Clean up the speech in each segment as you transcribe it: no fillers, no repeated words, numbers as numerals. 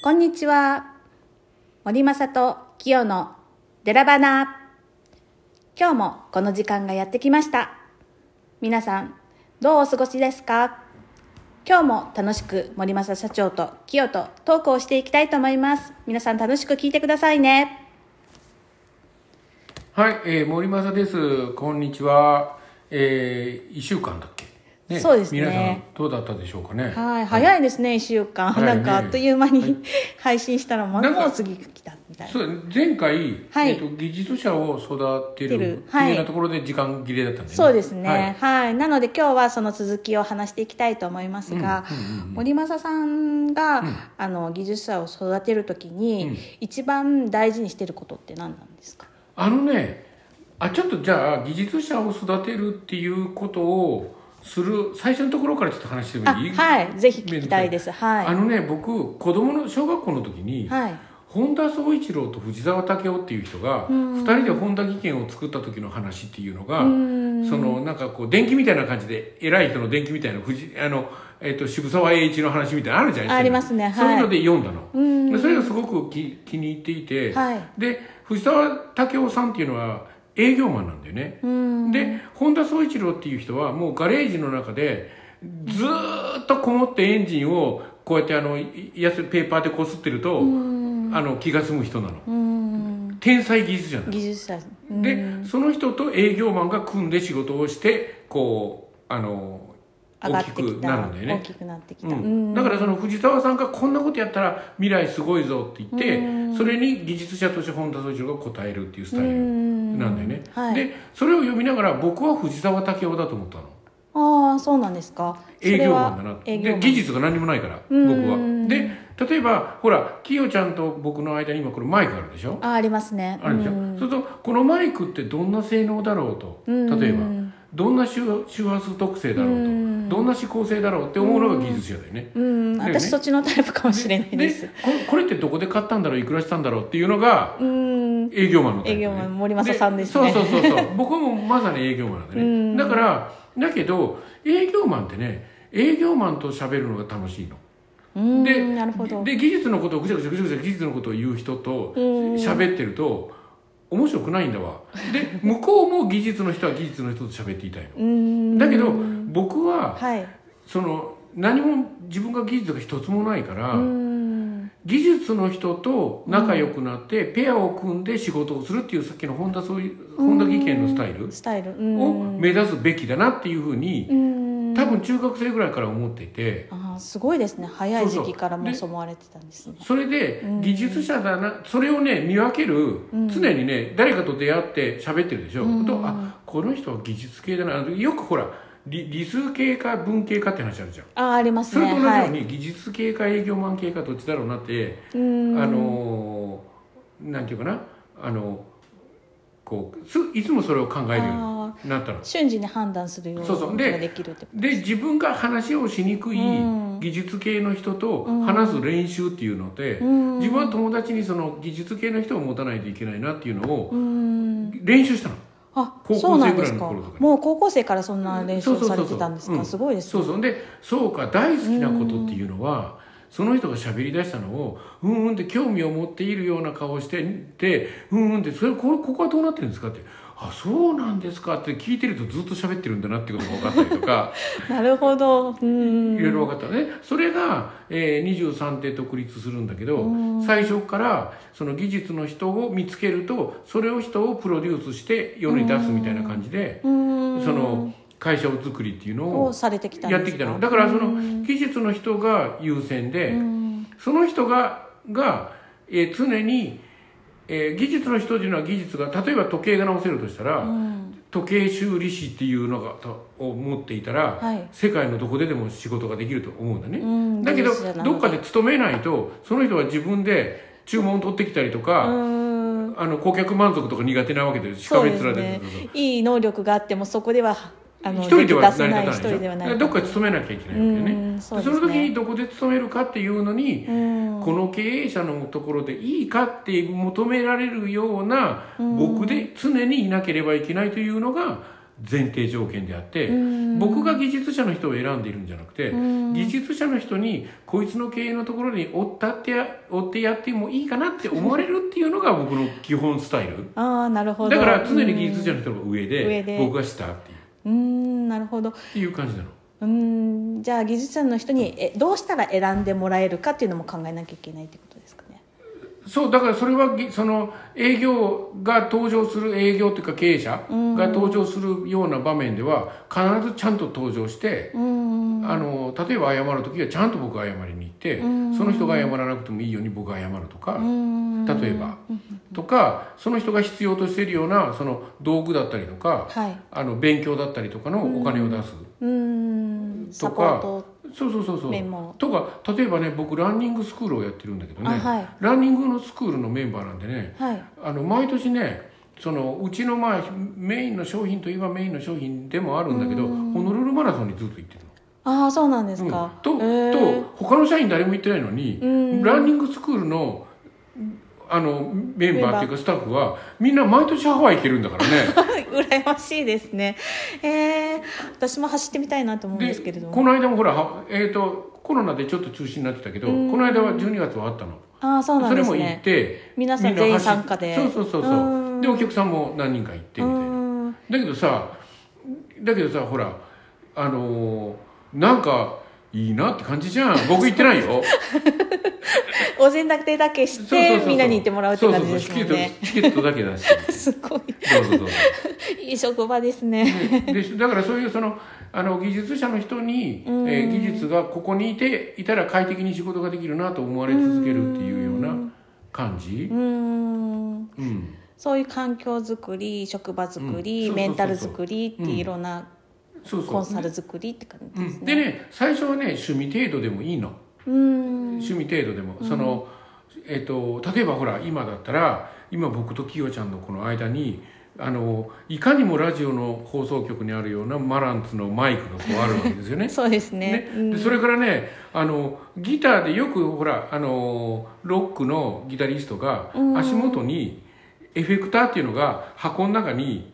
こんにちは。森正と清のデラバナ。今日もこの時間がやってきました。皆さんどうお過ごしですか？今日も楽しく森正社長と清とトークをしていきたいと思います。皆さん楽しく聞いてくださいね。 はい、森正です。こんにちは。1週間だっけ、ね、 そうですね。 皆さんどうだったでしょうかね。 はい、早いですね、1週間。 ね、 なんかあっという間に、配信したらもう次来たみたいな。 そう前回、技術者を育てるっていうようなところで時間切れだったんでね。 そうですね、はいなので今日はその続きを話していきたいと思いますが、森正さんが、技術者を育てるときに、一番大事にしてることって何なんですか？ ちょっとじゃあ技術者を育てるっていうことをする最初のところからちょっと話してもいい？ はい、ぜひ聞きたいです。 僕子供の小学校の時に、本田宗一郎と藤沢武雄っていう人が2人で本田技研を作った時の話っていうのが、なんかこう電気みたいな感じで偉い人の電気みたいな渋沢栄一の話みたいなのあるじゃないですか。 ありますね。 そういうので読んだの。それがすごく気に入っていて、で藤沢武雄さんっていうのは営業マンなんだよね。で本田宗一郎っていう人はもうガレージの中でずーっとこもってエンジンをこうやってペーパーでこすってると気が済む人なの。天才技術者なの。 技術者でその人と営業マンが組んで仕事をしてこう大きくなるんだよね。 大きくなってきた。 だからその藤沢さんがこんなことやったら未来すごいぞって言って、それに技術者として本田宗一郎が答えるっていうスタイルなんだよね。でそれを読みながら僕は藤沢武雄だと思ったの。 ああ、そうなんですか。 営業マンだな。で技術が何にもないから僕は。で例えばほら清ちゃんと僕の間に今これマイクあるでしょ。 ありますね。 あるでしょ。そうするとこのマイクってどんな性能だろうと、例えばどんな周波数特性だろうと、どんな指向性だろうって思うのが技術者だよね。 私そっちのタイプかもしれないです。 これってどこで買ったんだろう、いくらしたんだろうっていうのが営業マンのタイプ、 営業マン森正さんですね。 そう僕もまさに営業マンなんだね。だけど営業マンってね、営業マンと喋るのが楽しいの。 なるほど。 で技術のことをぐちゃぐちゃ技術のことを言う人と喋ってると面白くないんだわ。で向こうも技術の人は技術の人と喋っていたいの。だけど僕は、何も自分が技術が一つもないから、技術の人と仲良くなってペアを組んで仕事をするっていうさっきの本田技研のスタイルを目指すべきだなっていうふうに多分中学生ぐらいから思っていて。 すごいですね。早い時期からもそう思われてたんですね。 それで技術者だな、それをね見分ける、常にね誰かと出会って喋ってるでしょ。この人は技術系だな。よくほら理数系か文系かって話あるじゃん。 ありますね。 それと同じように、技術系か営業マン系かどっちだろうなって、なんていうかな、いつもそれを考えるようになったの。 瞬時に判断するようなことができるってことで自分が話をしにくい技術系の人と話す練習っていうので、自分は友達にその技術系の人を持たないといけないなっていうのを練習したの。高校生ぐらいの頃とか。 もう高校生からそんな練習をされてたんですか？すごいですね。 そうか、大好きなことっていうのはその人が喋り出したのをって興味を持っているような顔をしててってそれここはどうなってるんですかって、そうなんですかって聞いてるとずっと喋ってるんだなってことが分かったりとかなるほど。いろいろ分かったね。それが、23で独立するんだけど、最初からその技術の人を見つけるとそれを人をプロデュースして世に出すみたいな感じでその会社を作りっていうのをやってきたの。だからその技術の人が優先で、その人が常に技術の人というのは技術が例えば時計が直せるとしたら、時計修理師っていうのを持っていたら、世界のどこででも仕事ができると思うんだね。だけどどっかで勤めないとその人は自分で注文を取ってきたりとか顧客満足とか苦手なわけでしかめっ面で、 いい能力があってもそこでは一人では成り立たないでしょ。どっかで勤めなきゃいけないわけね。その時にどこで勤めるかっていうのにこの経営者のところでいいかって求められるような僕で常にいなければいけないというのが前提条件であって、僕が技術者の人を選んでいるんじゃなくて、技術者の人にこいつの経営のところに追ってやってもいいかなって思われるっていうのが僕の基本スタイル。 なるほど。 だから常に技術者の人が上で僕が下っていう。 なるほど。 っていう感じなの。 じゃあ技術者の人にどうしたら選んでもらえるかっていうのも考えなきゃいけないってことですかね。 そうだからそれはその営業が登場する営業というか経営者が登場するような場面では必ずちゃんと登場して、例えば謝る時はちゃんと僕が謝りに行って、その人が謝らなくてもいいように僕が謝るとか、例えばとか、その人が必要としているようなその道具だったりとか、勉強だったりとかのお金を出すとか、そうとか、例えばね、僕ランニングスクールをやってるんだけどね、ランニングのスクールのメンバーなんでね、毎年ね、そのうちのメインの商品といえばメインの商品でもあるんだけど、ホノルルマラソンにずっと行ってるの。 そうなんですか。 と他の社員誰も行ってないのに、ランニングスクールのメンバーっていうかスタッフはみんな毎年ハワイ行けるんだからね。 羨ましいですね。私も走ってみたいなと思うんですけれども。 この間もほら、コロナでちょっと中止になってたけど、この間は12月はあったの。 そうなんですね。 それも行って皆さん全員参加で。 そうでお客さんも何人か行ってみたいな。だけどさほらなんかいいなって感じじゃん。僕行ってないよ。 お膳立てだけしてみんなに行ってもらうって感じですもんね。 チケットだけ出して。 すごい。 どうぞ。 いい職場ですね。 だからそういう技術者の人に、技術がここにいたら快適に仕事ができるなと思われ続けるっていうような感じ。 そういう環境づくり、職場づくり、メンタルづくりっていろんなコンサルづくりって感じですね。 でね、最初はね趣味程度でもいいの。趣味程度でも例えばほら今だったら僕ときよちゃんのこの間にいかにもラジオの放送局にあるようなマランツのマイクがこうあるわけですよね。 そうですね。 でそれからねギターでよくほらロックのギタリストが足元にエフェクターっていうのが箱の中に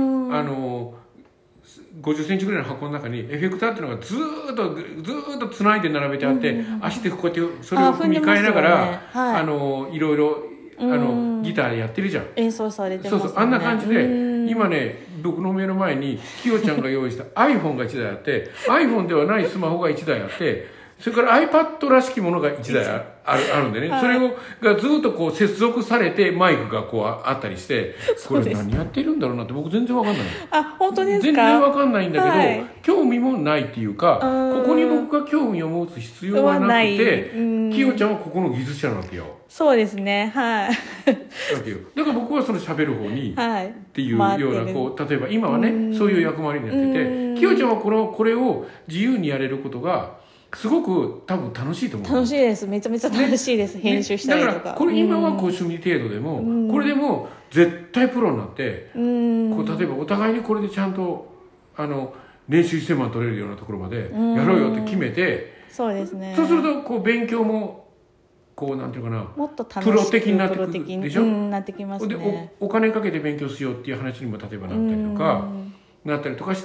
50センチぐらいの箱の中にエフェクターっていうのがずーっとつないで並べてあって、足でこうやってそれを踏み替えながら、いろいろギターやってるじゃん。 演奏されてますね。 そうあんな感じで今ね僕の目の前にきよちゃんが用意した iPhone が1台あって iPhone ではないスマホが1台あってそれから iPad らしきものが1台あるんでね、それがずっとこう接続されてマイクがこうあったりしてこれ何やってるんだろうなって僕全然わかんない。 本当ですか？ 全然わかんないんだけど、興味もないっていうかここに僕が興味を持つ必要はなくてきよちゃんはここの技術者なわけよ。 そうですね。だから僕はその喋る方にっていうような例えば今はねそういう役割になってて、きよちゃんはこれを自由にやれることがすごく多分楽しいと思う。 楽しいです。めちゃめちゃ楽しいです。編集したりとか。 だからこれ今はこう趣味程度でも、これでも絶対プロになって、こう例えばお互いにこれでちゃんと年収1000万取れるようなところまでやろうよって決めて、 そうですね。 そうするとこう勉強もこうなんていうかな、 もっと楽しくプロ的になってくるでしょ。 なってきますね。 でお金かけて勉強しようっていう話にも例えばなったりとかなったりとかして、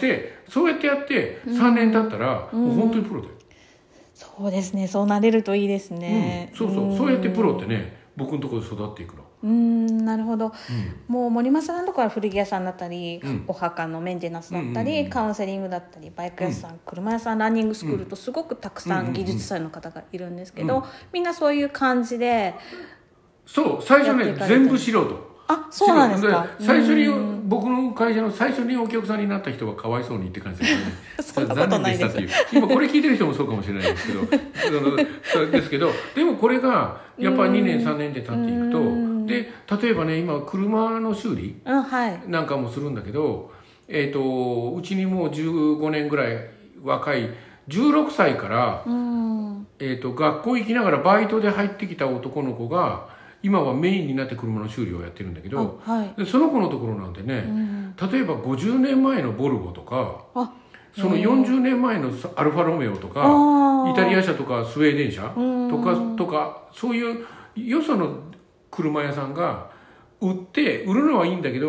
そうやってやって3年経ったらもう本当にプロだよ。 そうですね。そうなれるといいですね。 そうやってプロってね僕のところで育っていくの。 なるほど。もう森正さんとかは古着屋さんだったり、お墓のメンテナンスだったり、カウンセリングだったり、バイク屋さん、車屋さん、ランニングスクールとすごくたくさん技術者の方がいるんですけど、みんなそういう感じで。 そう最初ね全部素人。 そうなんですか。 最初に僕の会社の最初にお客さんになった人はかわいそうにって感じですよね。 そんなことないです。 残念でしたっていう。今これ聞いてる人もそうかもしれないですけどですけど、でもこれがやっぱ2年3年で経っていくと、で例えばね今車の修理なんかもするんだけど、うちにもう15年ぐらい若い16歳から、学校行きながらバイトで入ってきた男の子が今はメインになって車の修理をやってるんだけど、でその子のところなんてね、例えば50年前のボルボとかその40年前のアルファロメオとかイタリア車とかスウェーデン車とかそういうよその車屋さんが売るのはいいんだけど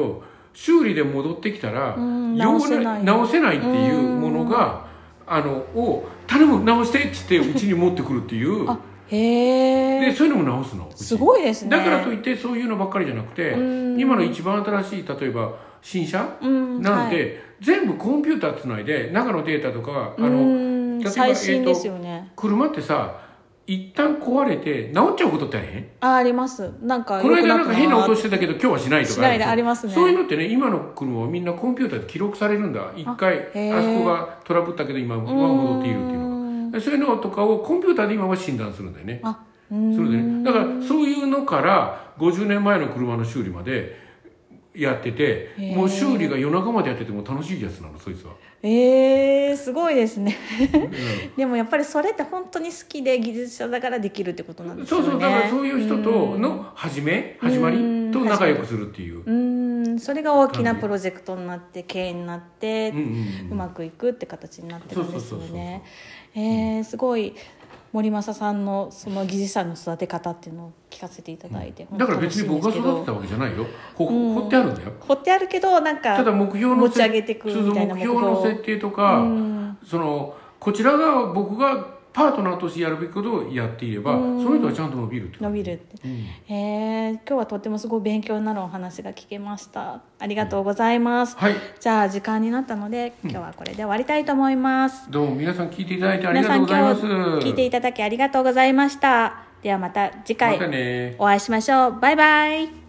修理で戻ってきたら、 直せないっていうものが、を頼む直してっつってうちに持ってくるっていうへでそういうのも直すのすごいですね。 だからといってそういうのばっかりじゃなくて、今の一番新しい例えば新車なんで、全部コンピューターつないで中のデータとか例えば最新ですよね。 車ってさ一旦壊れて直っちゃうことってありへん？ あります。なんかこの間なんか変な音してたけど今日はしないとかしないでありますね。 そういうのってね今の車はみんなコンピューターで記録されるんだ。一回あそこがトラブったけど今は戻っているっていうのがそういうのとかをコンピューターで今は診断するんだよね。それでね、だからそういうのから50年前の車の修理までやってて、もう修理が夜中までやってても楽しいやつなのそいつは。 すごりですねでもやっぱりそれって本当に好きで技術者だからできるってことなんですよね。 そうだからそういう人との始まりと仲良くするっていうそれが大きなプロジェクトになって経営になってうまくいくって形になってるんですよね。すごい森正さんのその技術者の育て方っていうのを聞かせていただいて、 だから別に僕が育てたわけじゃないよ。掘ってあるんだよ。 掘ってあるけどなんかただ目標の持ち上げていくみたいな目標の設定とか、こちらが僕がパートナーとしてやるべきことをやっていれば、その人はちゃんと伸びるって。 伸びるって。今日はとってもすごい勉強になるお話が聞けました。ありがとうございます。じゃあ時間になったので今日はこれで終わりたいと思います。 どうも皆さん聞いていただいてありがとうございます。 皆さん今日聞いていただきありがとうございました。ではまた次回お会いしましょう。バイバイ。